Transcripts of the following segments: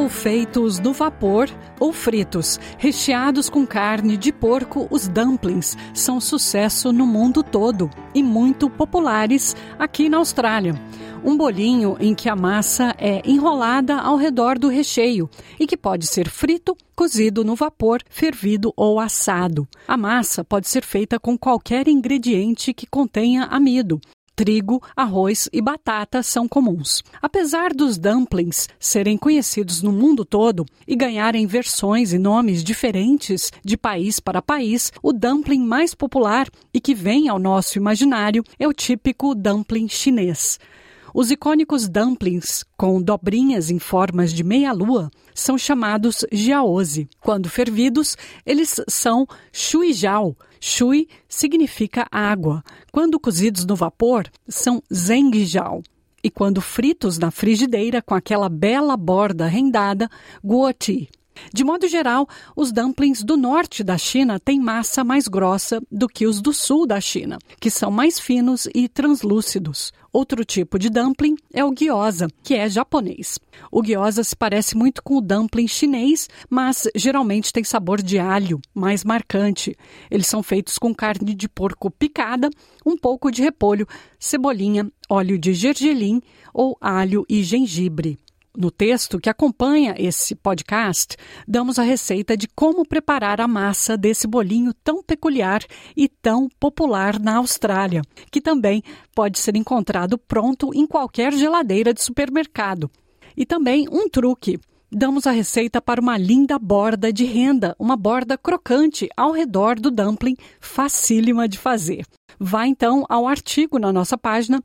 Sendo feitos no vapor ou fritos, recheados com carne de porco, os dumplings são sucesso no mundo todo e muito populares aqui na Austrália. Um bolinho em que a massa é enrolada ao redor do recheio e que pode ser frito, cozido no vapor, fervido ou assado. A massa pode ser feita com qualquer ingrediente que contenha amido. Trigo, arroz e batata são comuns. Apesar dos dumplings serem conhecidos no mundo todo e ganharem versões e nomes diferentes de país para país, o dumpling mais popular e que vem ao nosso imaginário é o típico dumpling chinês. Os icônicos dumplings, com dobrinhas em formas de meia-lua, são chamados jiaozi. Quando fervidos, eles são shuijiao. Shui significa água. Quando cozidos no vapor, são zhengjiao. E quando fritos na frigideira com aquela bela borda rendada, guoti. De modo geral, os dumplings do norte da China têm massa mais grossa do que os do sul da China, que são mais finos e translúcidos. Outro tipo de dumpling é o gyoza, que é japonês. O gyoza se parece muito com o dumpling chinês, mas geralmente tem sabor de alho, mais marcante. Eles são feitos com carne de porco picada, um pouco de repolho, cebolinha, óleo de gergelim ou alho e gengibre. No texto que acompanha esse podcast, damos a receita de como preparar a massa desse bolinho tão peculiar e tão popular na Austrália, que também pode ser encontrado pronto em qualquer geladeira de supermercado. E também um truque. Damos a receita para uma linda borda de renda, uma borda crocante ao redor do dumpling, facílima de fazer. Vá então ao artigo na nossa página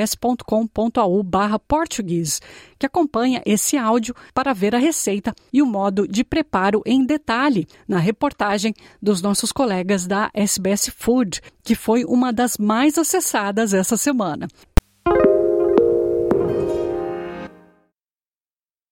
sbs.com.au/português, que acompanha esse áudio para ver a receita e o modo de preparo em detalhe na reportagem dos nossos colegas da SBS Food, que foi uma das mais acessadas essa semana.